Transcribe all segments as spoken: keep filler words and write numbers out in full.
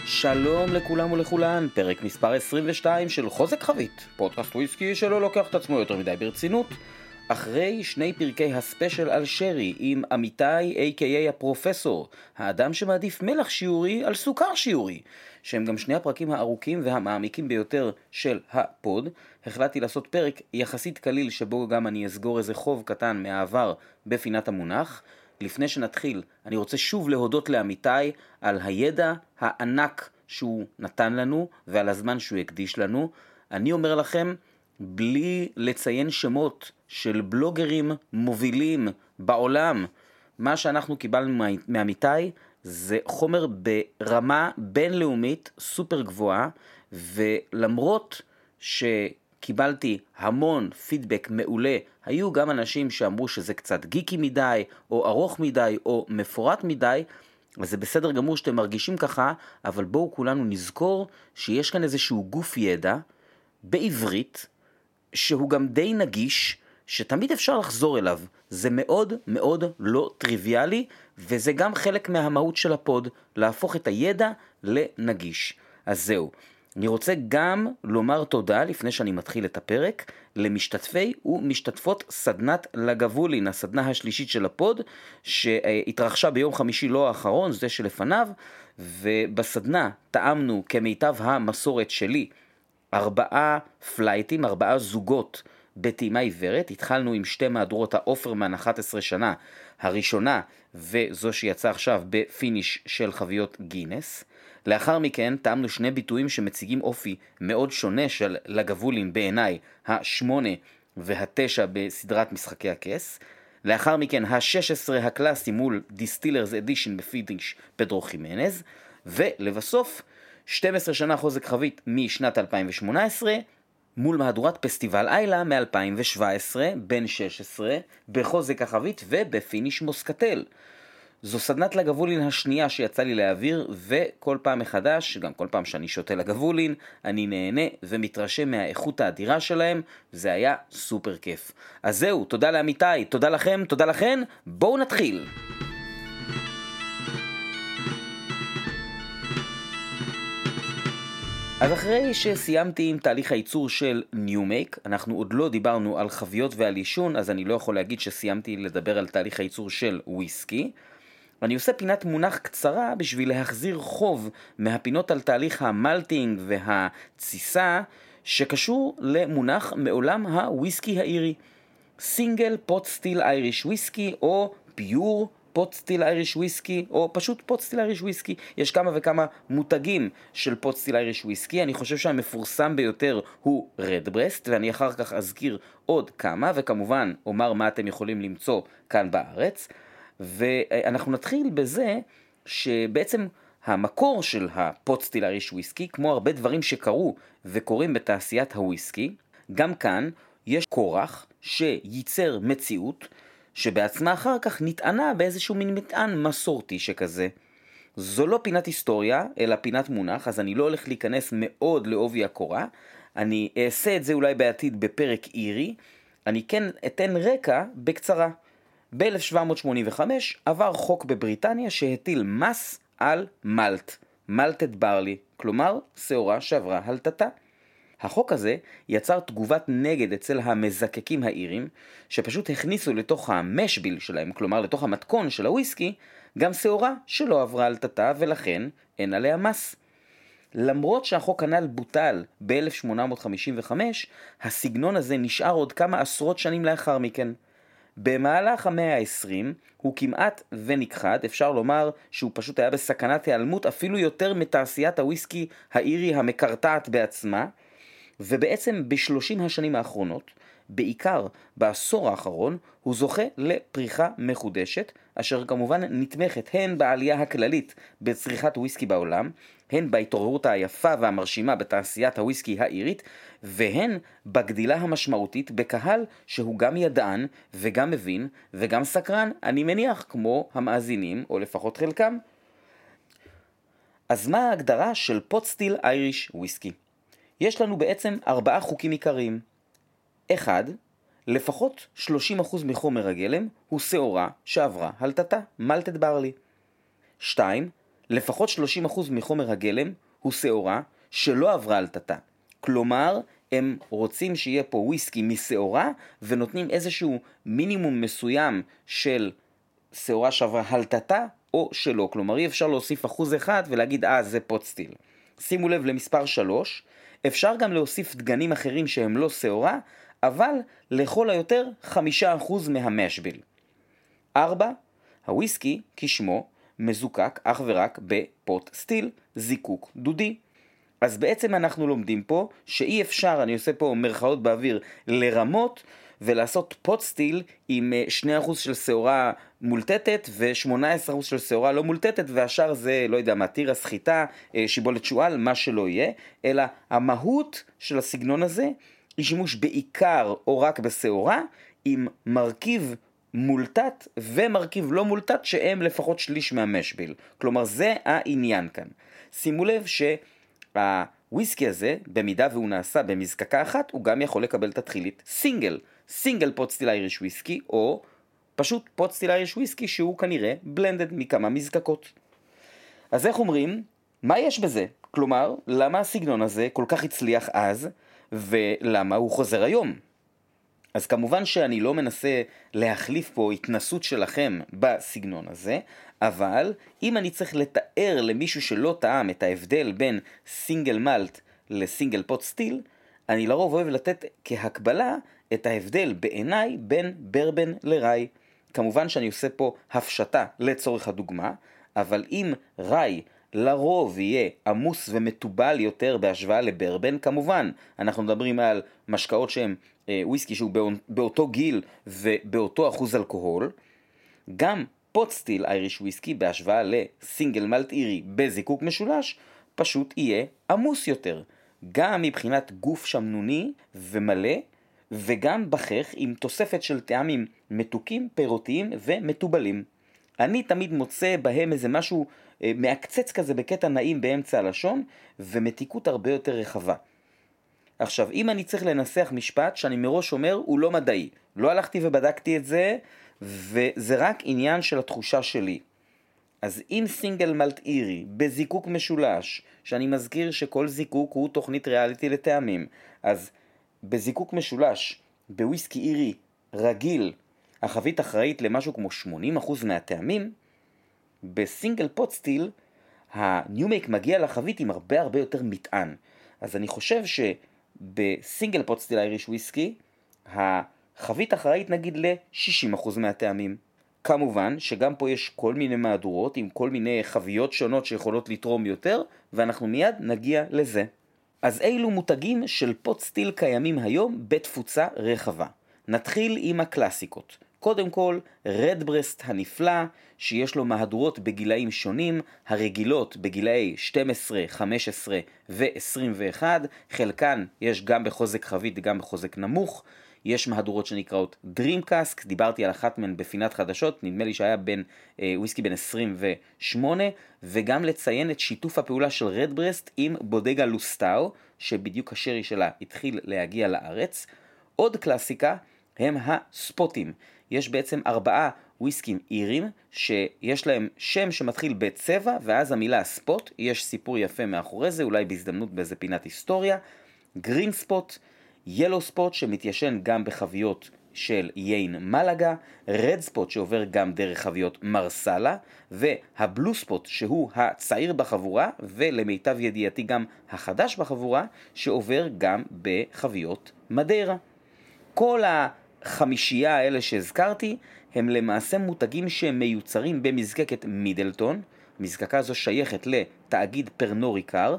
שלום לכולם ולכולן, פרק מספר עשרים ושתיים של חוזק חבית, פודקאסט וויסקי שלא לוקח את עצמו יותר מדי ברצינות. אחרי שני פרקי הספיישל על שרי עם אמיתי איי קיי איי הפרופסור, האדם שמעדיף מלח שיעורי על סוכר שיעורי, שהם גם שני הפרקים הארוכים והמעמיקים ביותר של הפוד, החלטתי לעשות פרק יחסית קליל שבו גם אני אסגור איזה חוב קטן מהעבר בפינת המונח. לפני שנתחיל, אני רוצה שוב להודות לאמיתי על הידע הענק שהוא נתן לנו ועל הזמן שהוא הקדיש לנו. אני אומר לכם, בלי לציין שמות של בלוגרים מובילים בעולם, מה שאנחנו קיבלנו מאמיתי זה חומר ברמה בינלאומית סופר גבוהה, ולמרות שקיבלתי המון פידבק מעולה, היו גם אנשים שאמרו שזה קצת גיקי מדי, או ארוך מדי, או מפורט מדי, אז זה בסדר גמור שאתם מרגישים ככה, אבל בואו כולנו נזכור שיש כאן איזשהו גוף ידע בעברית, שהוא גם די נגיש, שתמיד אפשר לחזור אליו. זה מאוד מאוד לא טריוויאלי, וזה גם חלק מהמהות של הפוד, להפוך את הידע לנגיש. אז זהו. אני רוצה גם לומר תודה, לפני שאני מתחיל את הפרק, למשתתפי ומשתתפות סדנת לגבולין, הסדנה השלישית של הפוד, שהתרחשה ביום חמישי לא האחרון, זה שלפניו, ובסדנה טעמנו כמיטב המסורת שלי, ארבעה פלייטים, ארבעה זוגות בטעימה עיוורת. התחלנו עם שתי מהדורות האופרמן אחת עשרה שנה הראשונה, וזו שיצא עכשיו בפיניש של חביות גינס. לאחר מכן טעמנו שני ביטויים שמציגים אופי מאוד שונה של לגבולין בעיניי, השמונה והתשע בסדרת משחקי הכס. לאחר מכן ה-שש עשרה הקלאסי מול דיסטילרס אדישן בפיניש פדרו חימנז, ולבסוף שתים עשרה שנה חוזק חבית משנת אלפיים ושמונה עשרה, מול מהדורת פסטיבל איילה מ-אלפיים שבע עשרה, בין שש עשרה, בחוזק החבית ובפיניש מוסקטל. זו סדנת לגבולין השנייה שיצא לי להעביר, וכל פעם מחדש, גם כל פעם שאני שותה לגבולין, אני נהנה ומתרשם מהאיכות האדירה שלהם, זה היה סופר כיף. אז זהו, תודה לאמיתי, תודה לכם, תודה לכן, בואו נתחיל. אז אחרי שסיימתי עם תהליך הייצור של ניומייק, אנחנו עוד לא דיברנו על חביות ועל עישון, אז אני לא יכול להגיד שסיימתי לדבר על תהליך הייצור של וויסקי. אני עושה פינת מונח קצרה בשביל להחזיר חוב מהפינות על תהליך המלטינג והציסה, שקשור למונח מעולם הוויסקי האירי. סינגל פוט סטיל אייריש וויסקי, או פיור פוט סטיל אייריש וויסקי, או פשוט פוט סטיל אייריש וויסקי. יש כמה וכמה מותגים של פוט סטיל אייריש וויסקי. אני חושב שהמפורסם ביותר הוא רדברסט, ואני אחר כך אזכיר עוד כמה, וכמובן אומר מה אתם יכולים למצוא כאן בארץ. ואנחנו נתחיל בזה שבעצם המקור של הפוט סטיל אייריש וויסקי, כמו הרבה דברים שקרו וקורים בתעשיית הוויסקי, גם כאן יש כורח שייצר מציאות, שבעצמה אחר כך נטענה באיזשהו מין מטען מסורתי שכזה. זו לא פינת היסטוריה, אלא פינת מונח, אז אני לא הולך להיכנס מאוד לעובי הקורה. אני אעשה את זה אולי בעתיד בפרק אירי. אני כן אתן רקע בקצרה. ב-אלף שבע מאות שמונים וחמש עבר חוק בבריטניה שהטיל מס על מלט, מלטד ברלי, כלומר שעורה שעברה הלטתה. החוק הזה יצר תגובת נגד אצל המזקקים האירים, שפשוט הכניסו לתוך המשביל שלהם, כלומר לתוך המתכון של הוויסקי, גם שעורה שלא עברה הלטתה, ולכן אין עליה מס. למרות שהחוק הנ"ל בוטל ב-אלף שמונה מאות חמישים וחמש, הסגנון הזה נשאר עוד כמה עשרות שנים לאחר מכן. במהלך המאה ה-עשרים הוא כמעט ונכחד, אפשר לומר שהוא פשוט היה בסכנת היעלמות אפילו יותר מתעשיית הוויסקי האירי המקרטעת בעצמה, ובעצם בשלושים השנים האחרונות, בעיקר בעשור האחרון, הוא זוכה לפריחה מחודשת, אשר כמובן נתמכת הן בעלייה הכללית בצריכת וויסקי בעולם, הן בהתעוררות היפה והמרשימה בתעשיית הוויסקי האירית, והן בגדילה המשמעותית בקהל שהוא גם ידען וגם מבין וגם סקרן, אני מניח, כמו המאזינים, או לפחות חלקם. אז מה ההגדרה של פוט סטיל אייריש וויסקי? יש לנו בעצם ארבעה חוקים עיקריים. אחד, לפחות שלושים אחוז מחומר הגלם הוא שעורה שעברה הלטתה, מלטד ברלי. שתיים, לפחות שלושים אחוז מחומר הגלם הוא שעורה שלא עברה הלטתה. כלומר, הם רוצים שיהיה פה וויסקי משעורה, ונותנים איזשהו מינימום מסוים של שעורה שעברה הלטתה או שלא. כלומר, אי אפשר להוסיף אחוז אחד ולהגיד, אה, זה פוט סטיל. שימו לב למספר שלוש, אפשר גם להוסיף דגנים אחרים שהם לא שעורה, אבל לכל היותר חמישה אחוז מהמשביל. ארבע, הוויסקי כשמו מזוקק אך ורק בפוט סטיל, זיקוק דודי. אז בעצם אנחנו לומדים פה שאי אפשר, אני עושה פה מרכאות באוויר, לרמות ולעשות פוט סטיל עם שני אחוז של שעורה מולטטת ו-שמונה עשרה אחוז של שעורה לא מולטטת, והשאר זה, לא יודע, מתירה, סחיטה, שיבולת שועל, מה שלא יהיה, אלא המהות של הסגנון הזה היא שימוש בעיקר או רק בשעורה עם מרכיב מולטט ומרכיב לא מולטט שהם לפחות שליש מהמשביל. כלומר, זה העניין כאן. שימו לב שהוויסקי הזה, במידה והוא נעשה במזקקה אחת, הוא גם יכול לקבל תתחילית סינגל. סינגל פוט סטיל אייריש וויסקי, או פשוט פוט סטיל אייריש וויסקי שהוא כנראה בלנדד מכמה מזקקות. אז איך אומרים? מה יש בזה? כלומר, למה הסגנון הזה כל כך הצליח אז, ולמה הוא חוזר היום? אז כמובן שאני לא מנסה להחליף פה התנסות שלכם בסגנון הזה, אבל אם אני צריך לתאר למישהו שלא טעם את ההבדל בין סינגל מלט לסינגל פוט סטיל, אני לרוב אוהב לתת כהקבלה את ההבדל בעיניי בין ברבן לראי. כמובן שאני עושה פה הפשטה לצורך הדוגמה, אבל אם ראי לרוב יהיה עמוס ומטובל יותר בהשוואה לברבן, כמובן אנחנו מדברים על משקאות שהם אה, וויסקי שהוא באותו גיל ובאותו אחוז אלכוהול, גם פוט סטיל אייריש וויסקי בהשוואה לסינגל מלט אירי בזיקוק משולש פשוט יהיה עמוס יותר, גם מבחינת גוף שמנוני ומלא, וגם בכך עם תוספת של טעמים מתוקים, פירותיים ומטובלים. אני תמיד מוצא בהם איזה משהו אה, מעקצץ כזה בקטע נעים באמצע הלשון, ומתיקות הרבה יותר רחבה. עכשיו, אם אני צריך לנסח משפט שאני מראש אומר הוא לא מדעי, לא הלכתי ובדקתי את זה, וזה רק עניין של התחושה שלי. אז אם סינגל מלט אירי בזיקוק משולש, שאני מזכיר שכל זיקוק הוא תוכנית ריאליטי לטעמים, אז בזיקוק משולש, בוויסקי אירי רגיל, החבית אחראית למשהו כמו שמונים אחוז מהטעמים, בסינגל פוט סטיל, הניומייק מגיע לחבית עם הרבה הרבה יותר מטען. אז אני חושב שבסינגל פוט סטיל אייריש וויסקי, החבית אחראית נגיד ל-שישים אחוז מהטעמים. כמובן שגם פה יש כל מיני מהדורות עם כל מיני חביות שונות שיכולות לתרום יותר, ואנחנו מיד נגיע לזה. אז אילו מותגים של פוט סטיל קיימים היום בתפוצה רחבה? נתחיל עם הקלאסיקות. קודם כל, רדברסט הנפלא, שיש לו מהדורות בגילאים שונים, הרגילות בגילאי שתים עשרה, חמש עשרה ו-עשרים ואחת, חלקן יש גם בחוזק חבית וגם בחוזק נמוך, יש מהדורות שנקראות דרימקאסק, דיברתי על אחת מהן בפינת חדשות, נדמה לי שהיה בין אה, וויסקי בין עשרים ושמונה, וגם לציין את שיתוף הפעולה של רדברסט עם בודגה לוסטאו, שבדיוק השרי שלה התחיל להגיע לארץ. עוד קלאסיקה הם הספוטים. יש בעצם ארבעה וויסקים אירים שיש להם שם שמתחיל בצבע, ואז המילה ספוט, יש סיפור יפה מאחורי זה, אולי בהזדמנות באיזה פינת היסטוריה. גרין ספוט, ילו ספוט שמתיישן גם בחביות של יין מלאגה, רד ספוט שעובר גם דרך חביות מרסלה, והבלו ספוט שהוא הצעיר בחבורה, ולמיטב ידיעתי גם החדש בחבורה, שעובר גם בחביות מדיירה. כל החמישייה האלה שהזכרתי הם למעשה מותגים שמיוצרים במזקקת מידלטון. מזקקה זו שייכת לתאגיד פרנור ריקארד,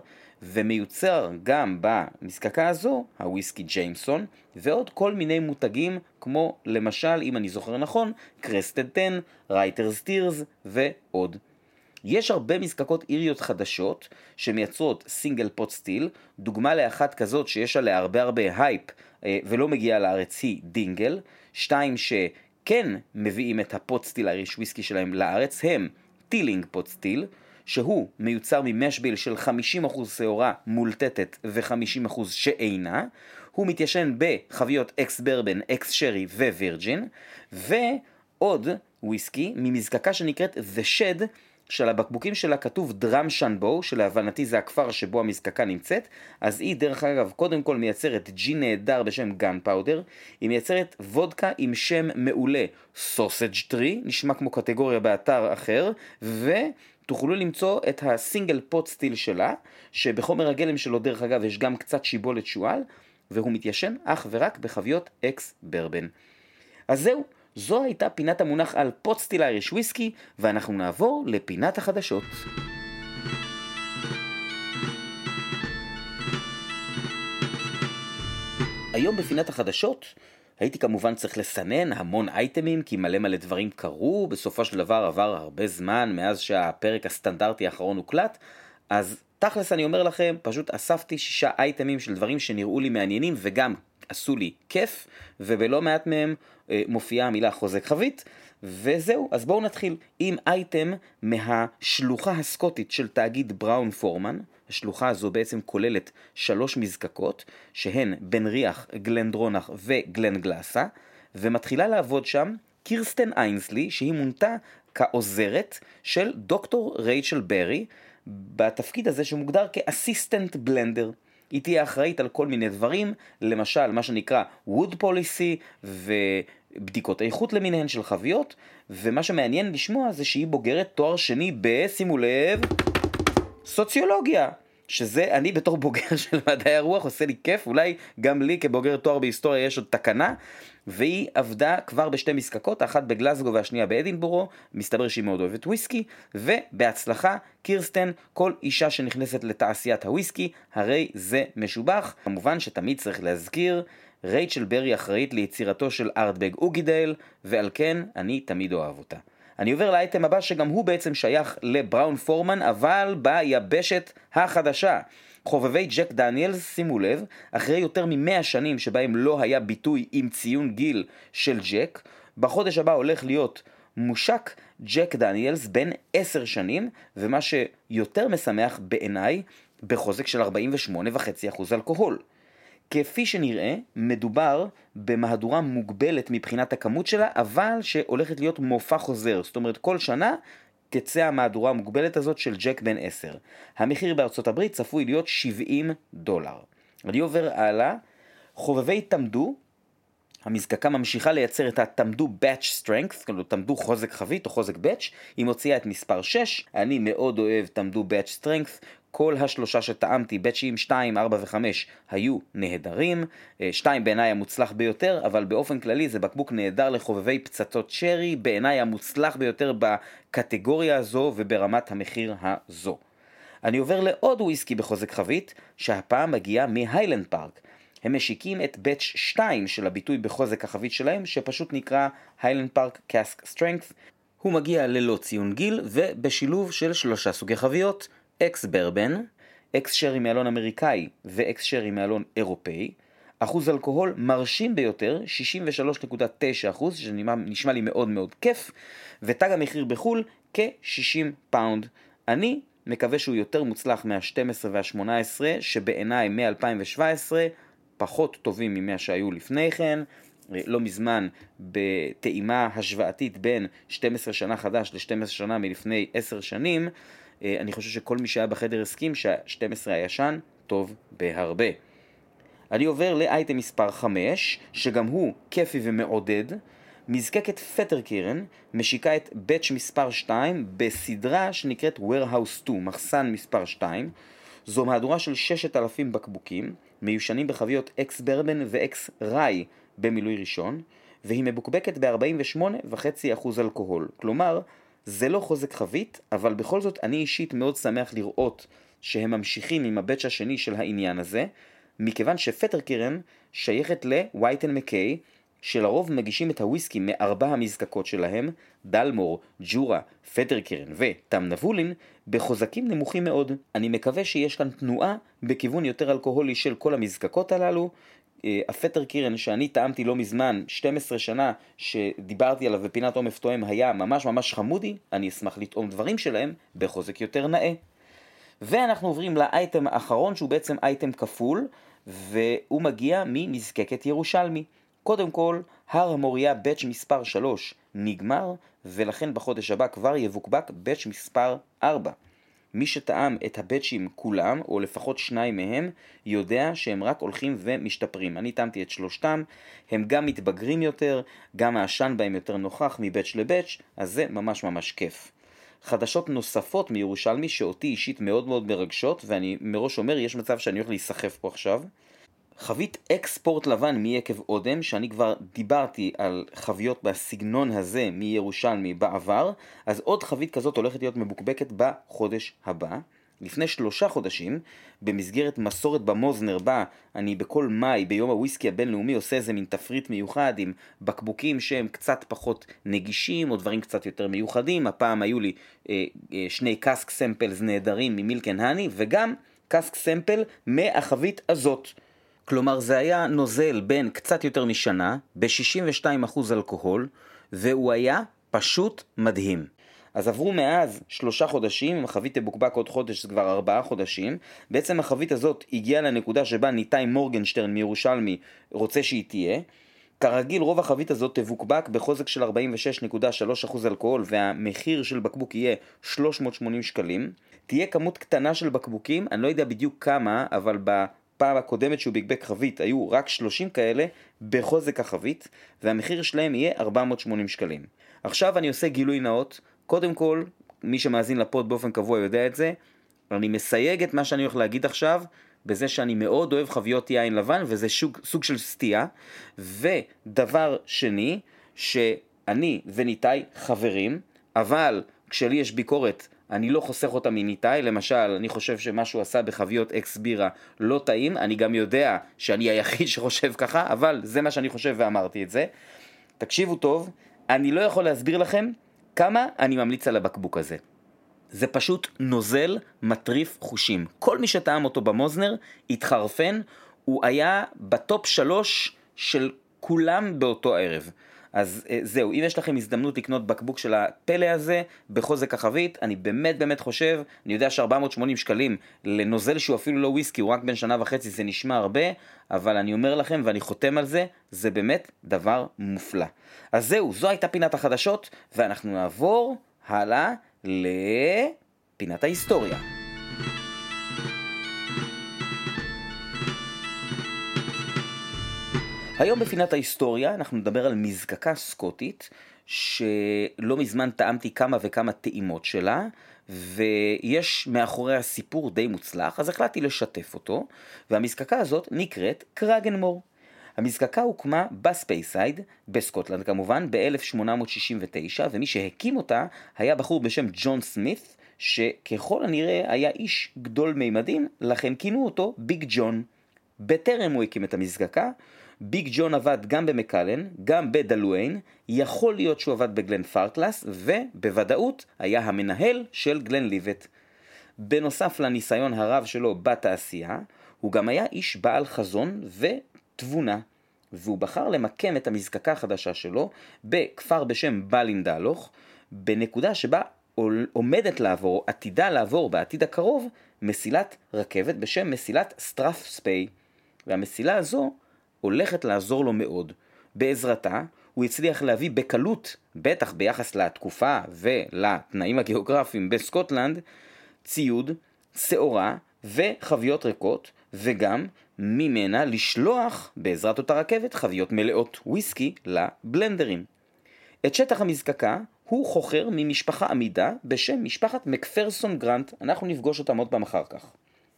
ומיוצר גם במזקקה הזו הוויסקי ג'יימסון, ועוד כל מיני מותגים כמו למשל, אם אני זוכר נכון, קרסטד עשר, רייטר סטירס ועוד. יש הרבה מזקקות איריות חדשות שמייצרות סינגל פוט סטיל. דוגמה לאחת כזאת שיש עליה הרבה הרבה הייפ ולא מגיעה לארץ היא דינגל. שתיים שכן מביאים את הפוט סטיל האיריש וויסקי שלהם לארץ הם טילינג פוט סטיל, שהוא מיוצר ממשביל של חמישים אחוז שעורה מולטטת ו-חמישים אחוז שאינה. הוא מתיישן בחביות אקס ברבן, אקס שרי ווירג'ין. ועוד וויסקי ממזקקה שנקראת The Shed, שעל הבקבוקים שלה כתוב דרם שנבו, שלהבנתי זה הכפר שבו המזקקה נמצאת, אז היא דרך אגב קודם כל מייצרת ג'ין נהדר בשם גן פאודר, היא מייצרת וודקה עם שם מעולה סוסג' טרי, נשמע כמו קטגוריה באתר אחר, ותוכלו למצוא את הסינגל פוט סטיל שלה, שבחומר הגלם שלו דרך אגב יש גם קצת שיבולת שועל, והוא מתיישן אך ורק בחביות אקס ברבן. אז זהו, זו הייתה פינת המונח על פוט סטיל אייריש וויסקי, ואנחנו נעבור לפינת החדשות. היום בפינת החדשות הייתי כמובן צריך לסנן המון אייטמים, כי מלא מלא דברים קרו, בסופו של דבר עבר הרבה זמן מאז שהפרק הסטנדרטי האחרון הוקלט, אז תכלס אני אומר לכם, פשוט אספתי שישה אייטמים של דברים שנראו לי מעניינים וגם עשו לי כיף, ובלא מעט מהם אה, מופיעה המילה חוזק חבית, וזהו, אז בואו נתחיל עם אייטם מהשלוחה הסקוטית של תאגיד בראון פורמן. השלוחה הזו בעצם כוללת שלוש מזקקות, שהן בן ריח, גלנדרונח וגלן גלאסה, ומתחילה לעבוד שם קירסטן איינסלי, שהיא מונתה כעוזרת של דוקטור רייצ'ל ברי, בתפקיד הזה שמוגדר כאסיסטנט בלנדר. היא תהיה אחראית על כל מיני דברים, למשל מה שנקרא wood policy ובדיקות איכות למיניהן של חביות, ומה שמעניין לשמוע זה שהיא בוגרת תואר שני בשימו לב סוציולוגיה, שזה אני בתור בוגר של מדעי הרוח עושה לי כיף, אולי גם לי כבוגר תואר בהיסטוריה יש עוד תקנה, והיא עבדה כבר בשתי מזקקות, אחת בגלסגו והשנייה באדינבורו, מסתבר שהיא מאוד אוהבת וויסקי, ובהצלחה קירסטן, כל אישה שנכנסת לתעשיית הוויסקי, הרי זה משובח. כמובן שתמיד צריך להזכיר, רייצ'ל ברי אחראית ליצירתו של ארטבג אוגידייל, ועל כן אני תמיד אוהב אותה. אני עובר לאייטם הבא שגם הוא בעצם שייך לבראון פורמן, אבל ביבשת החדשה. חובבי ג'ק דניאלס, שימו לב, אחרי יותר ממאה שנים שבהם לא היה ביטוי עם ציון גיל של ג'ק, בחודש הבא הולך להיות מושק ג'ק דניאלס בין עשר שנים, ומה שיותר משמח בעיניי, בחוזק של ארבעים ושמונה נקודה חמש אחוז אלכוהול. כפי שנראה, מדובר במהדורה מוגבלת מבחינת הכמות שלה, אבל שהולכת להיות מופע חוזר. זאת אומרת, כל שנה תצא המהדורה המוגבלת הזאת של ג'ק בן עשר. המחיר בארצות הברית צפוי להיות שבעים דולר. אני עובר הלאה. חובבי תמדו, המזקקה ממשיכה לייצר את התמדו Batch Strength, כאילו תמדו חוזק חבית או חוזק Batch, היא מוציאה את מספר שש, אני מאוד אוהב תמדו Batch Strength, כל השלושה שטעמתי, בצ'ים שתיים, ארבע וחמש, היו נהדרים, שתיים בעיניי המוצלח ביותר, אבל באופן כללי זה בקבוק נהדר לחובבי פצצות שרי, בעיניי המוצלח ביותר בקטגוריה הזו וברמת המחיר הזו. אני עובר לעוד וויסקי בחוזק חבית, שהפעם מגיעה מהיילנד פארק. הם משיקים את בצ' שתיים של הביטוי בחוזק החבית שלהם, שפשוט נקרא היילנד פארק קאסק סטרנגת'. הוא מגיע ללא ציון גיל ובשילוב של שלושה סוגי חביות, אקס ברבן, אקס שרי מאלון אמריקאי ואקס שרי מאלון אירופאי, אחוז אלכוהול מרשים ביותר, שישים ושלוש נקודה תשע אחוז, שנשמע לי מאוד מאוד כיף, ותג המחיר בחול כ-שישים פאונד. אני מקווה שהוא יותר מוצלח מה-שתים עשרה וה-שמונה עשרה, שבעיניי מ-אלפיים שבע עשרה פחות טובים ממה שהיו לפני כן. לא מזמן בטעימה השוואתית בין שתים עשרה שנה חדש ל-שתים עשרה שנה מלפני עשר שנים, אני חושב שכל מי שהיה בחדר הסכים שה-שתים עשרה הישן טוב בהרבה. אני עובר לאייטם מספר חמש, שגם הוא כיפי ומעודד. מזקקת פטרקירן משיקה את בצ' מספר שתיים בסדרה שנקראת Warehouse שתיים, מחסן מספר שתיים. זו מהדורה של ששת אלפים בקבוקים, מיושנים בחביות אקס ברבן ואקס ראי במילוי ראשון, והיא מבוקבקת ב-ארבעים ושמונה נקודה חמש אחוז אלכוהול. כלומר, זה לא חוזק חבית, אבל בכל זאת אני אישית מאוד שמח לראות שהם ממשיכים עם הבצ' השני של העניין הזה, מכיוון שפטרקירן שייכת לווייט אנד מקיי, שלרוב מגישים את הוויסקי מארבע המזקקות שלהם, דלמור, ג'ורה, פטרקירן וטמנבולין, בחוזקים נמוכים מאוד. אני מקווה שיש כאן תנועה בכיוון יותר אלכוהולי של כל המזקקות הללו. הפטרקירן שאני טעמתי לא מזמן, שתים עשרה שנה שדיברתי עליו בפינת עומף תואם, היה ממש ממש חמודי. אני אשמח לטעום דברים שלהם בחוזק יותר נאה. ואנחנו עוברים לאייטם האחרון, שהוא בעצם אייטם כפול, והוא מגיע ממזקקת ירושלמי. קודם כל, הר המוריה באץ' מספר שלוש נגמר, ולכן בחודש הבא כבר יבוקבק באץ' מספר ארבע. מי שטעם את הבאצ'ים כולם, או לפחות שניים מהם, יודע שהם רק הולכים ומשתפרים. אני טעמתי את שלושתם, הם גם מתבגרים יותר, גם העשן בהם יותר נוכח מבאץ' לבאץ', אז זה ממש ממש כיף. חדשות נוספות מירושלמי שאותי אישית מאוד מאוד מרגשות, ואני מראש אומר, יש מצב שאני הולך להיסחף פה עכשיו. חבית אקספורט לבן מיקב אודם, שאני כבר דיברתי על חביות בסגנון הזה מירושלמי בעבר, אז עוד חבית כזאת הולכת להיות מבוקבקת בחודש הבא. לפני שלושה חודשים, במסגרת מסורת במוזנר בה, אני בכל מאי ביום הוויסקי הבינלאומי עושה איזה מין תפריט מיוחד עם בקבוקים שהם קצת פחות נגישים או דברים קצת יותר מיוחדים. הפעם היו לי אה, אה, שני קאסק סמפלס נהדרים ממילק אנד הני, וגם קאסק סמפל מהחבית הזאת. כלומר זה היה נוזל בין קצת יותר משנה, ב-שישים ושתיים אחוז אלכוהול, והוא היה פשוט מדהים. אז עברו מאז שלושה חודשים, החבית תבוקבק עוד חודש, זה כבר ארבעה חודשים. בעצם החבית הזאת הגיעה לנקודה שבה ניתאי מורגנשטרן מירושלמי רוצה שהיא תהיה. כרגיל רוב החבית הזאת תבוקבק בחוזק של ארבעים ושש נקודה שלוש אחוז אלכוהול, והמחיר של בקבוק יהיה שלוש מאות ושמונים שקלים. תהיה כמות קטנה של בקבוקים, אני לא יודע בדיוק כמה, אבל בפעם הקודמת שהוא בקבק חבית היו רק שלושים כאלה בחוזק החבית, והמחיר שלהם יהיה ארבע מאות ושמונים שקלים. עכשיו אני עושה גילוי נאות. קודם כל, מי שמאזין לפוד באופן קבוע יודע את זה, אני מסייג את מה שאני הולך להגיד עכשיו, בזה שאני מאוד אוהב חביות יין לבן, וזה שוק, סוג של סטייה. ודבר שני, שאני וניתאי חברים, אבל כשלי יש ביקורת, אני לא חוסך אותה מניתאי. למשל, אני חושב שמה שהוא עשה בחביות אקס בירה לא טעים, אני גם יודע שאני היחיד שחושב ככה, אבל זה מה שאני חושב ואמרתי את זה. תקשיבו טוב, אני לא יכול להסביר לכם כמה אני ממליץ על הבקבוק הזה. זה פשוט נוזל מטריף חושים. כל מי שטעם אותו במוזנר התחרפן, הוא היה בטופ שלוש של כולם באותו ערב. אז זהו, אם יש לכם הזדמנות לקנות בקבוק של הפלא הזה בחוזק החבית, אני באמת באמת חושב, אני יודע ש-ארבע מאות ושמונים שקלים לנוזל שהוא אפילו לא וויסקי, הוא רק בין שנה וחצי, זה נשמע הרבה, אבל אני אומר לכם ואני חותם על זה, זה באמת דבר מופלא. אז זהו, זו הייתה פינת החדשות, ואנחנו נעבור הלאה לפינת ההיסטוריה. היום בפינת ההיסטוריה אנחנו נדבר על מזקקה סקוטית שלא מזמן טעמתי כמה וכמה טעימות שלה, ויש מאחורי הסיפור די מוצלח, אז החלטתי לשתף אותו, והמזקקה הזאת נקראת קרגנמור. המזקקה הוקמה בספייסייד, בסקוטלנד כמובן, ב-אלף שמונה מאות שישים ותשע, ומי שהקים אותה היה בחור בשם ג'ון סמית, שככל הנראה היה איש גדול מימדים, לכן כינו אותו ביג ג'ון. בטרם הוא הקים את המזקקה, ביג ג'ון עבד גם במקלן, גם בדלואין, יכול להיות שהוא עבד בגלן פרקלס, ובוודאות היה המנהל של גלן ליבט. בנוסף לניסיון הרב שלו בתעשייה, הוא גם היה איש בעל חזון ותבונה, והוא בחר למקם את המזקקה החדשה שלו בכפר בשם בלינדלוך, בנקודה שבה עומדת לעבור, עתידה לעבור בעתיד הקרוב, מסילת רכבת בשם מסילת סטרף-ספיי. והמסילה הזו הולכת לעזור לו מאוד. בעזרתה הוא הצליח להביא בקלות, בטח ביחס לתקופה ולתנאים הגיאוגרפיים בסקוטלנד, ציוד, שעורה וחביות ריקות, וגם ממנה לשלוח בעזרת אותה רכבת חביות מלאות וויסקי לבלנדרים. את שטח המזקקה הוא חוכר ממשפחה עמידה בשם משפחת מקפרסון גרנט, אנחנו נפגוש אותם עוד פעם אחר כך.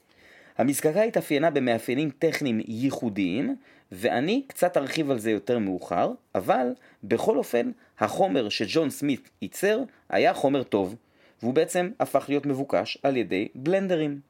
המזקקה התאפיינה במאפיינים טכניים ייחודיים, ואני קצת ארחיב על זה יותר מאוחר, אבל בכל אופן החומר שג'ון סמית ייצר היה חומר טוב, והוא בעצם הפך להיות מבוקש על ידי בלנדרים.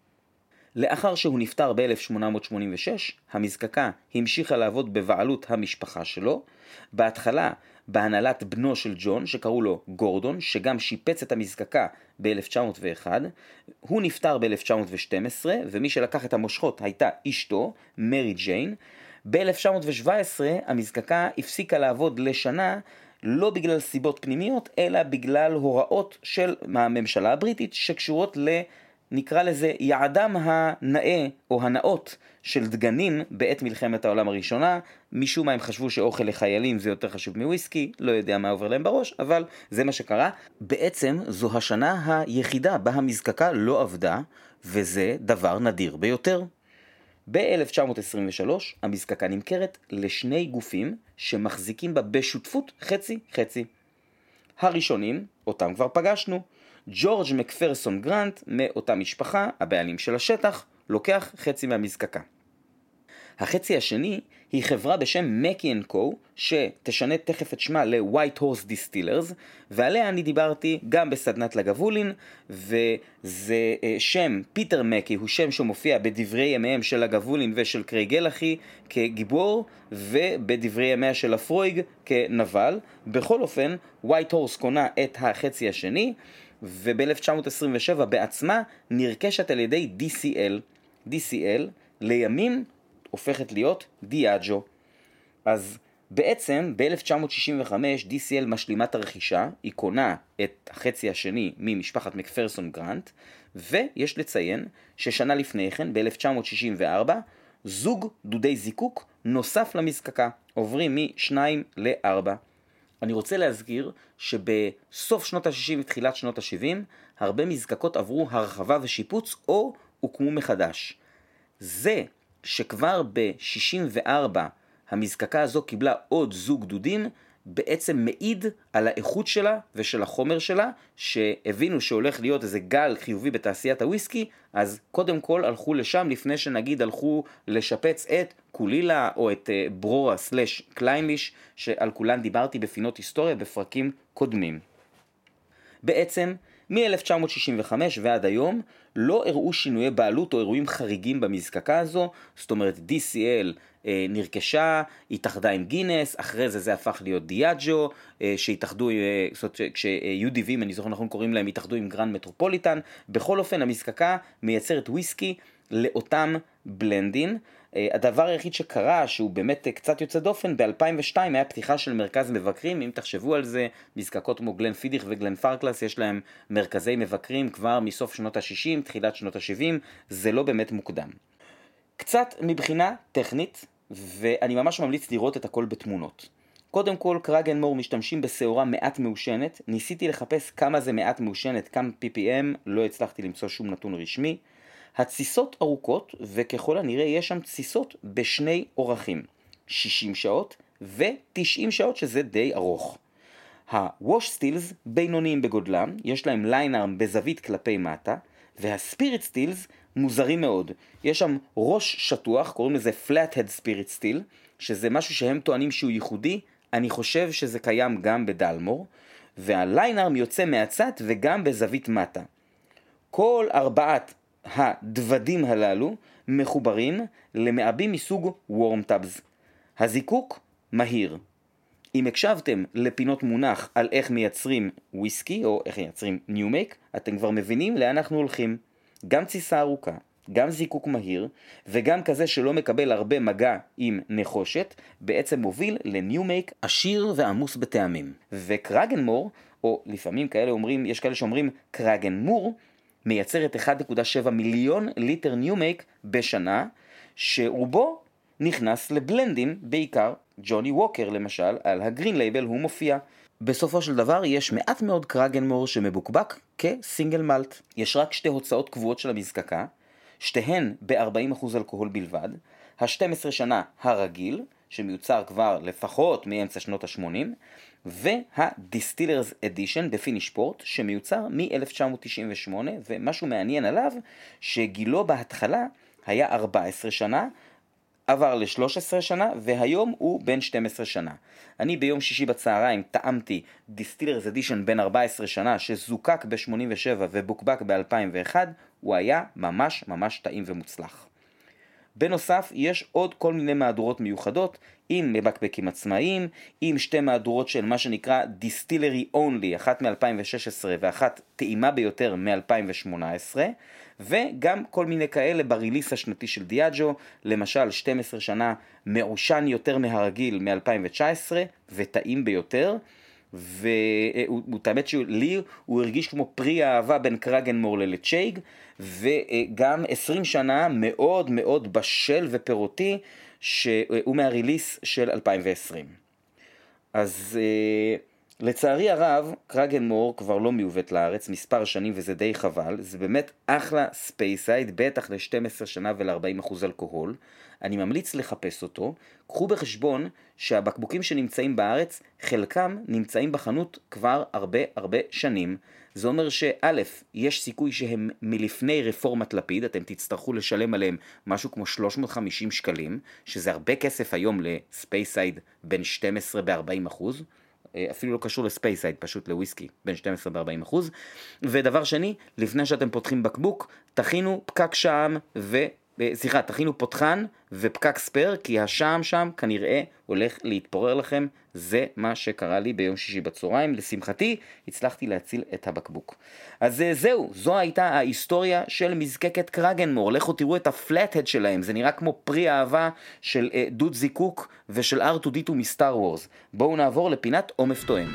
לאחר שהוא נפטר ב-אלף שמונה מאות שמונים ושש, המזקקה המשיכה לעבוד בבעלות המשפחה שלו, בהתחלה בהנהלת בנו של ג'ון שקראו לו גורדון, שגם שיפץ את המזקקה ב-אלף תשע מאות ואחת, הוא נפטר ב-אלף תשע מאות ושתים עשרה, ומי שלקח את המושכות הייתה אשתו, מרי ג'יין. ב-אלף תשע מאות ושבע עשרה המזקקה הפסיקה לעבוד לשנה, לא בגלל סיבות פנימיות, אלא בגלל הוראות של הממשלה הבריטית שקשורות נקרא לזה יעדם הנאה או הנאות של דגנים בעת מלחמת העולם הראשונה. משום מה הם חשבו שאוכל לחיילים זה יותר חשוב מוויסקי, לא יודע מה עובר להם בראש, אבל זה מה שקרה. בעצם זו השנה היחידה בה המזקקה לא עבדה, וזה דבר נדיר ביותר. ב-אלף תשע מאות עשרים ושלוש המזקקה נמכרת לשני גופים שמחזיקים בה בשותפות חצי חצי. הראשונים, אותם כבר פגשנו, ג'ורג' מקפרסון גרנט מאותה משפחה, הבעלים של השטח, לוקח חצי מהמזקקה. החצי השני היא חברה בשם מקי אנד קו, שתשנה תכף את שמה ל-White Horse Distillers, ועליה אני דיברתי גם בסדנת לגבולין, וזה שם, פיטר מקי, הוא שם שמופיע בדברי ימיהם של לגבולין ושל קרייג גלחי כגיבור, ובדברי ימיה של הפרויג כנבל. בכל אופן, White Horse קונה את החצי השני, וב-אלף תשע מאות עשרים ושבע בעצמה נרכשת על ידי די סי אל. די סי אל לימים הופכת להיות דיאג'ו. אז בעצם ב-אלף תשע מאות שישים וחמש די סי אל משלימה את הרכישה, היא קונה את החצי השני ממשפחת מקפרסון גרנט, ויש לציין ששנה לפני כן, ב-אלף תשע מאות שישים וארבע, זוג דודי זיקוק נוסף למזקקה, עוברים משניים לארבע. אני רוצה להזכיר שבסוף שנות ה-שישים ותחילת שנות ה-שבעים, הרבה מזקקות עברו הרחבה ושיפוץ או הוקמו מחדש. זה שכבר ב-שישים וארבע המזקקה הזו קיבלה עוד זוג דודים, בעצם מעיד על האיכות שלה ושל החומר שלה, שהבינו שהולך להיות איזה גל חיובי בתעשיית הוויסקי, אז קודם כל הלכו לשם לפני שנגיד הלכו לשפץ את קולילה או את ברורה סלש קליינליש, שעל כולן דיברתי בפינות היסטוריה בפרקים קודמים. בעצם מ-אלף תשע מאות שישים וחמש ועד היום לא הראו שינויי בעלות או אירועים חריגים במזקקה הזו. זאת אומרת די סי אל אה, נרכשה, התאחדה עם גינס, אחרי זה זה הפך להיות דיאג'ו, אה, שהתאחדו, אה, זאת אומרת כש-יו די וי, אני זוכר נכון קוראים להם, התאחדו עם גרנד מטרופוליטן. בכל אופן המזקקה מייצרת וויסקי לאותם בלנדים. הדבר היחיד שקרה, שהוא באמת קצת יוצא דופן, ב-אלפיים ושתיים היה פתיחה של מרכז מבקרים. אם תחשבו על זה, מזקקות כמו גלן פידיך וגלן פרקלס, יש להם מרכזי מבקרים כבר מסוף שנות ה-שישים, תחילת שנות ה-שבעים, זה לא באמת מוקדם. קצת מבחינה טכנית, ואני ממש ממליץ לראות את הכל בתמונות. קודם כל, קראגן מור משתמשים בשעורה מעט מעושנת, ניסיתי לחפש כמה זה מעט מעושנת, כמה פי פי אם, לא הצלחתי למצוא שום נתון רשמי. התסיסות ארוכות, וככל הנראה יש שם תסיסות בשני אורחים, שישים שעות ו-תשעים שעות, שזה די ארוך. הווש סטילס בינוניים בגודלם, יש להם ליינארם בזווית כלפי מטה, והספיריט סטילס מוזרים מאוד. יש שם ראש שטוח, קוראים לזה flathead spirit still, שזה משהו שהם טוענים שהוא ייחודי, אני חושב שזה קיים גם בדלמור, והליינארם יוצא מהצד וגם בזווית מטה. כל ארבעת הדוודים הללו מחוברים למעבים מסוג וורם טאבס. הזיקוק מהיר. אם הקשבתם לפינות מונח על איך מייצרים וויסקי או איך מייצרים ניו מייק, אתם כבר מבינים לאן אנחנו הולכים. גם תסיסה ארוכה, גם זיקוק מהיר, וגם כזה שלא מקבל הרבה מגע עם נחושת, בעצם מוביל לניו מייק עשיר ועמוס בטעמים. וקראגן מור, או לפעמים כאלה אומרים, יש כאלה שאומרים קראגן מור, מייצרת אחד נקודה שבע מיליון ליטר ניו מייק בשנה, שרובו נכנס לבלנדים, בעיקר ג'וני ווקר למשל, על הגרין לייבל הוא מופיע. בסופו של דבר יש מעט מאוד קראגן מור שמבוקבק כסינגל מלט. יש רק שתי הוצאות קבועות של המזקקה, שתיהן ב-ארבעים אחוז אלכוהול בלבד, ה-שתים עשרה שנה הרגיל, שמיוצר כבר לפחות מאמצע שנות ה-שמונים, וה-Distillers Edition בפיניש פורט, שמיוצר מ-אלף תשע מאות תשעים ושמונה, ומשהו מעניין עליו, שגילו בהתחלה היה ארבע עשרה שנה, עבר ל-שלוש עשרה שנה, והיום הוא בין שתים עשרה שנה. אני ביום שישי בצהריים טעמתי Distillers Edition בין ארבע עשרה שנה, שזוקק ב-שמונים ושבע ובוקבק ב-אלפיים ואחת, הוא היה ממש ממש טעים ומוצלח. בנוסף, יש עוד כל מיני מהדורות מיוחדות, עם מבקבקים עצמאיים, עם שתי מהדורות של מה שנקרא Distillery Only, אחת מ-אלפיים ושש עשרה ואחת טעימה ביותר מ-אלפיים ושמונה עשרה, וגם כל מיני כאלה בריליס השנתי של דיאג'ו, למשל שתים עשרה שנה מעושן יותר מהרגיל מ-אלפיים ותשע עשרה, וטעים ביותר, והאמת שלי הוא הרגיש כמו פרי האהבה בין קרגנמור ללצ'ייג, וגם עשרים שנה מאוד מאוד בשל ופירותי שהוא מהריליס של אלפיים ועשרים. אז לצערי הרב קרגנמור כבר לא מיובאת לארץ מספר שנים, וזה די חבל. זה באמת אחלה ספייסייד, בטח ל-שתים עשרה שנה ול-ארבעים אחוז אלכוהול. אני ממליץ לחפש אותו. קחו בחשבון שהבקבוקים שנמצאים בארץ, חלקם נמצאים בחנות כבר הרבה הרבה שנים. זה אומר שא', יש סיכוי שהם מלפני רפורמת לפיד, אתם תצטרכו לשלם עליהם משהו כמו שלוש מאות וחמישים שקלים, שזה הרבה כסף היום לספייסייד בין שתים עשרה ב-ארבעים אחוז, אפילו לא קשור לספייסייד, פשוט לוויסקי, בין שתים עשרה ב-ארבעים אחוז. ודבר שני, לפני שאתם פותחים בקבוק, תכינו פקק שעם ו... סליחה, תכינו פותחן ופקק ספר, כי השעם שם כנראה הולך להתפורר לכם. זה מה שקרה לי ביום שישי בצהריים. לשמחתי, הצלחתי להציל את הבקבוק. אז זהו, זו הייתה ההיסטוריה של מזקקת קרגנמור. לכו תראו את הפלט-הד שלהם, זה נראה כמו פרי אהבה של דוד זיקוק ושל אר טו די טו מסטאר וורס. בואו נעבור לפינת עומף תואם.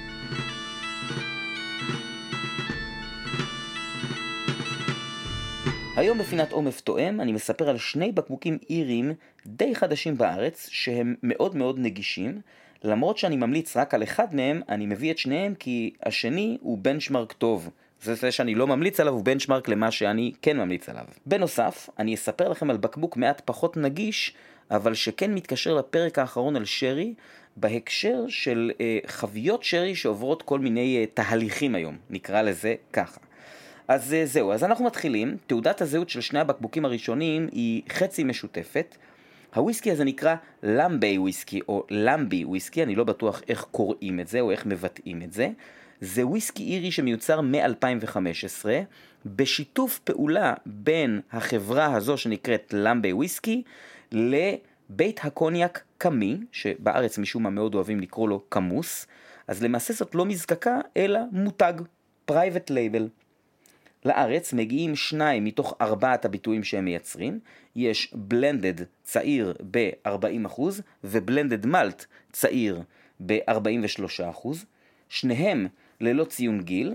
היום בפינת עומף תואם אני מספר על שני בקבוקים איריים די חדשים בארץ שהם מאוד מאוד נגישים. למרות שאני ממליץ רק על אחד מהם, אני מביא את שניהם כי השני הוא בנצ'מרק טוב. זה זה שאני לא ממליץ עליו, הוא בנצ'מרק למה שאני כן ממליץ עליו. בנוסף, אני אספר לכם על בקבוק מעט פחות נגיש, אבל שכן מתקשר לפרק האחרון על שרי, בהקשר של אה, חוויות שרי שעוברות כל מיני אה, תהליכים היום, נקרא לזה ככה. אז זהו, אז אנחנו מתחילים. תעודת הזהות של שני הבקבוקים הראשונים היא חצי משותפת. הוויסקי הזה נקרא למבי וויסקי או למבי וויסקי, אני לא בטוח איך קוראים את זה או איך מבטאים את זה. זה וויסקי אירי שמיוצר מ-אלפיים וחמש עשרה, בשיתוף פעולה בין החברה הזו שנקראת למבי וויסקי לבית הקוניאק קמי, שבארץ משום מה מאוד אוהבים לקרוא לו קמוס. אז למעשה זאת לא מזקקה אלא מותג, פרייבט לייבל. לארץ מגיעים שניים מתוך ארבעת הביטויים שהם מייצרים. יש בלנדד צעיר ב-ארבעים אחוז ובלנדד מלט צעיר ב-ארבעים ושלושה אחוז. שניהם ללא ציון גיל,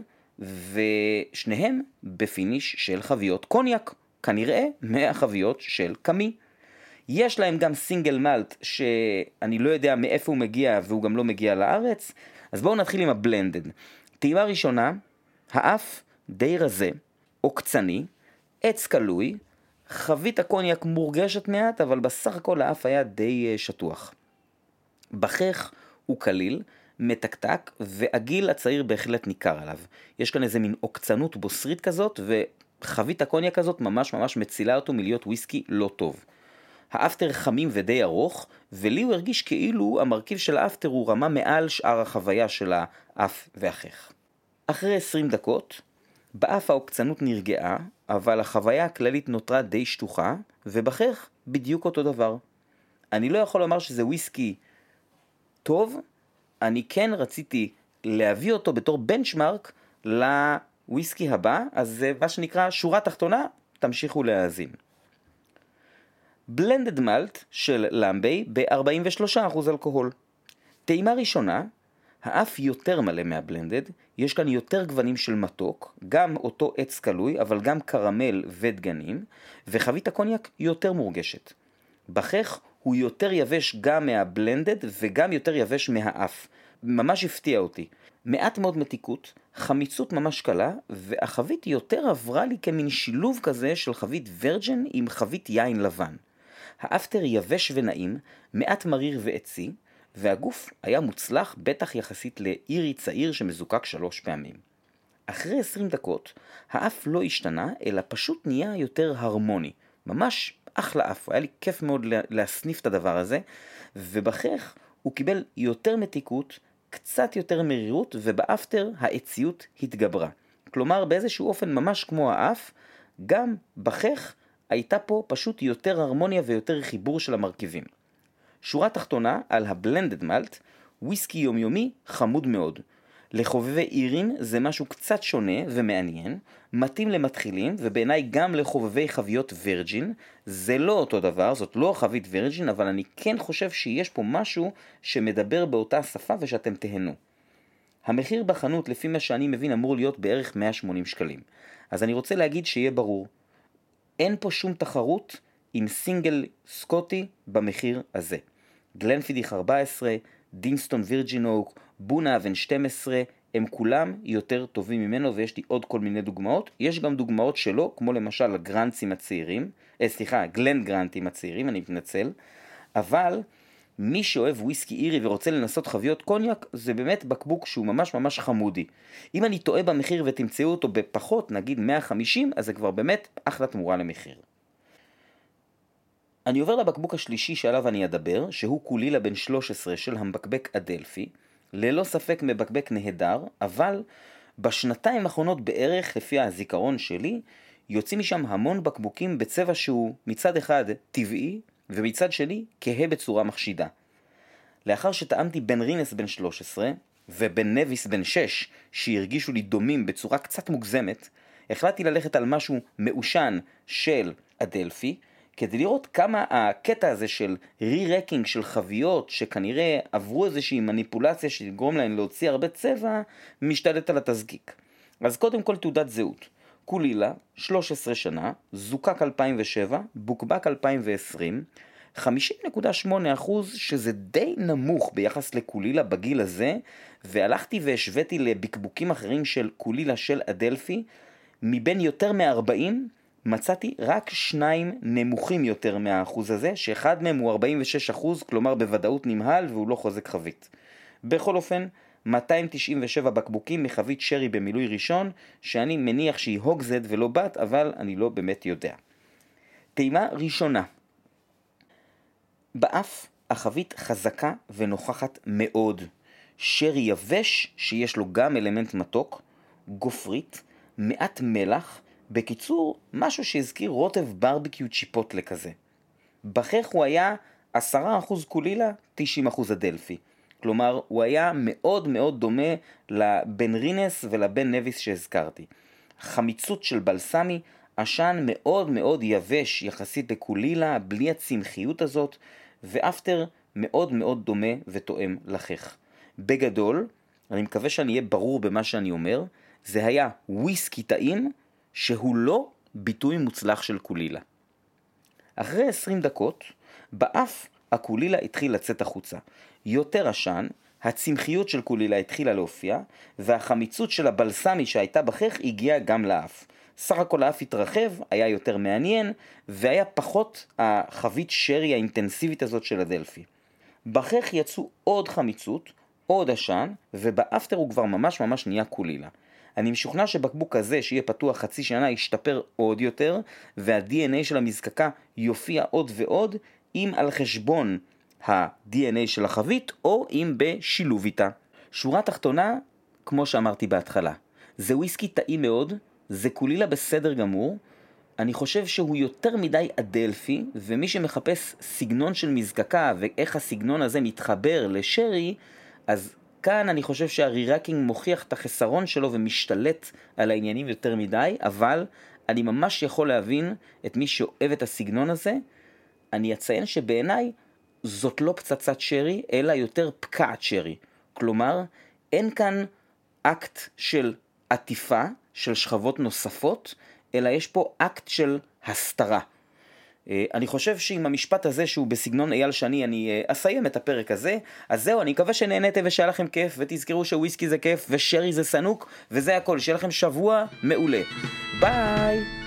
ושניהם בפיניש של חביות קוניאק, כנראה מהחביות של קמי. יש להם גם סינגל מלט שאני לא יודע מאיפה הוא מגיע והוא גם לא מגיע לארץ. אז בואו נתחיל עם הבלנדד. טעימה ראשונה, האף די רזה, עוקצני, עץ קלוי, חבית הקוניאק מורגשת מעט, אבל בסך הכל האף היה די שטוח. בחך הוא קליל, מתקתק, והגיל הצעיר בהחלט ניכר עליו. יש כאן איזה מין עוקצנות בוסרית כזאת, וחבית הקוניאק הזאת ממש ממש מצילה אותו מלהיות וויסקי לא טוב. האפטר חמים ודי ארוך, ולי הוא הרגיש כאילו המרכיב של האפטר הוא רמה מעל שאר החוויה של האף והחך. אחרי עשרים דקות, באף העוקצנות נרגעה, אבל החוויה הכללית נותרה די שטוחה, ובחך בדיוק אותו דבר. אני לא יכול לומר שזה וויסקי טוב, אני כן רציתי להביא אותו בתור בנצ'מרק לוויסקי הבא, אז זה מה שנקרא שורה תחתונה, תמשיכו להאזין. בלנדד מלט של למבי ב-ארבעים ושלושה אחוז אלכוהול. טעימה ראשונה, האף יותר מלא מהבלנדד, יש כאן יותר גוונים של מתוק, גם אותו עץ קלוי, אבל גם קרמל ודגנים, וחבית הקוניאק יותר מורגשת. בחך הוא יותר יבש גם מהבלנדד וגם יותר יבש מהאף. ממש הפתיע אותי. מעט מאוד מתיקות, חמיצות ממש קלה, והחבית יותר עברה לי כמין שילוב כזה של חבית ורג'ן עם חבית יין לבן. האפטר יבש ונעים, מעט מריר ועצי, והגוף היה מוצלח בטח יחסית לאירי צעיר שמזוקק שלוש פעמים. אחרי עשרים דקות, האף לא השתנה, אלא פשוט נהיה יותר הרמוני. ממש אחלה אף, היה לי כיף מאוד להסניף את הדבר הזה, ובחך הוא קיבל יותר מתיקות, קצת יותר מרירות, ובאפטר העציות התגברה. כלומר, באיזשהו אופן ממש כמו האף, גם בחך הייתה פה פשוט יותר הרמוניה ויותר חיבור של המרכיבים. שורה תחתונה על הבלנדד מלט, וויסקי יומיומי חמוד מאוד. לחובבי אירים זה משהו קצת שונה ומעניין, מתאים למתחילים ובעיניי גם לחובבי חביות ורג'ין. זה לא אותו דבר, זאת לא חבית ורג'ין, אבל אני כן חושב שיש פה משהו שמדבר באותה שפה ושאתם תהנו. המחיר בחנות לפי מה שאני מבין אמור להיות בערך מאה ושמונים שקלים. אז אני רוצה להגיד שיהיה ברור, אין פה שום תחרות עם סינגל סקוטי במחיר הזה. גלנפידיך ארבע עשרה, דינסטון וירג'ין אוק, בונה אבן שתים עשרה, הם כולם יותר טובים ממנו, ויש לי עוד כל מיני דוגמאות. יש גם דוגמאות שלו, כמו למשל הגרנטים הצעירים, אה, סליחה, גלן גרנטים הצעירים, אני מתנצל, אבל מי שאוהב וויסקי אירי ורוצה לנסות חביות קוניאק, זה באמת בקבוק שהוא ממש ממש חמודי. אם אני טועה במחיר ותמצאו אותו בפחות, נגיד מאה וחמישים, אז זה כבר באמת אחלה תמורה למחיר. אני עובר לבקבוק השלישי שעליו אני אדבר, שהוא קולילה בן שלוש עשרה של המבקבק אדלפי, ללא ספק מבקבק נהדר, אבל בשנתיים האחרונות בערך, לפי הזיכרון שלי, יוצאים משם המון בקבוקים בצבע שהוא מצד אחד טבעי, ומצד שני כהה בצורה מחשידה. לאחר שטעמתי בן רינס בן שלוש עשרה ובן נביס בן שש, שהרגישו לי דומים בצורה קצת מוגזמת, החלטתי ללכת על משהו מעושן של אדלפי, כדי לראות כמה הקטע הזה של רי-רקינג של חביות, שכנראה עברו איזושהי מניפולציה שתגרום להן להוציא הרבה צבע, משתלט על התזקיק. אז קודם כל תעודת זהות. קולילה, שלוש עשרה שנה, זוקק אלפיים ושבע, בוקבק אלפיים ועשרים, חמישים נקודה שמונה אחוז, שזה די נמוך ביחס לקולילה בגיל הזה, והלכתי והשוויתי לבקבוקים אחרים של קולילה של אדלפי, מבין יותר מ-ארבעים, מצאתי רק שניים נמוכים יותר מהאחוז הזה, שאחד מהם הוא ארבעים ושש אחוז, כלומר בוודאות נמהל והוא לא חוזק חבית. בכל אופן, מאתיים תשעים ושבע בקבוקים מחבית שרי במילוי ראשון, שאני מניח שהיא הוגזד ולא בת, אבל אני לא באמת יודע. טעימה ראשונה. באף החבית חזקה ונוכחת מאוד. שרי יבש שיש לו גם אלמנט מתוק, גופרית, מעט מלח, בקיצור משהו שהזכיר רוטב ברביקיו צ'יפוטלה כזה. בכך הוא היה עשרה אחוז קולילה, תשעים אחוז אדלפי. כלומר, הוא היה מאוד מאוד דומה לבן רינס ולבן נביס שהזכרתי. חמיצות של בלסמי, עשן מאוד מאוד יבש יחסית לקולילה, בלי הצמחיות הזאת, ואפטר מאוד מאוד דומה ותואם לכך. בגדול, אני מקווה שאני אהיה ברור במה שאני אומר, זה היה וויסקי טעים שהוא לא ביטוי מוצלח של קולילה. אחרי עשרים דקות, באף הקולילה התחיל לצאת החוצה. יותר עשן, הצמחיות של קולילה התחילה להופיע, והחמיצות של הבלסמי שהייתה בכך הגיעה גם לאף. סך הכל האף התרחב, היה יותר מעניין, והיה פחות החבית שרי האינטנסיבית הזאת של אדלפי. בכך יצאו עוד חמיצות, עוד עשן, ובאפטר הוא כבר ממש ממש נהיה קולילה. אני משוכנע שבקבוק הזה שיהיה פתוח חצי שנה ישתפר עוד יותר, וה-די אן איי של המזקקה יופיע עוד ועוד, אם על חשבון ה-די אן איי של החבית, או אם בשילוב איתה. שורה תחתונה, כמו שאמרתי בהתחלה, זה וויסקי טעים מאוד, זה קולילה בסדר גמור, אני חושב שהוא יותר מדי אדלפי, ומי שמחפש סגנון של מזקקה, ואיך הסגנון הזה מתחבר לשרי, אז כאן אני חושב שהרירקינג מוכיח את החסרון שלו ומשתלט על העניינים יותר מדי, אבל אני ממש יכול להבין את מי שאוהב את הסגנון הזה. אני אציין שבעיניי זאת לא פצצת שרי, אלא יותר פקעת שרי. כלומר, אין כאן אקט של עטיפה, של שכבות נוספות, אלא יש פה אקט של הסתרה. אני חושב שעם המשפט הזה שהוא בסגנון אייל שני אני אסיים את הפרק הזה. אז זהו, אני מקווה שנהנתם ושהיה לכם כיף, ותזכרו שוויסקי זה כיף ושרי זה סנוק, וזה הכל. שיהיה לכם שבוע מעולה. ביי!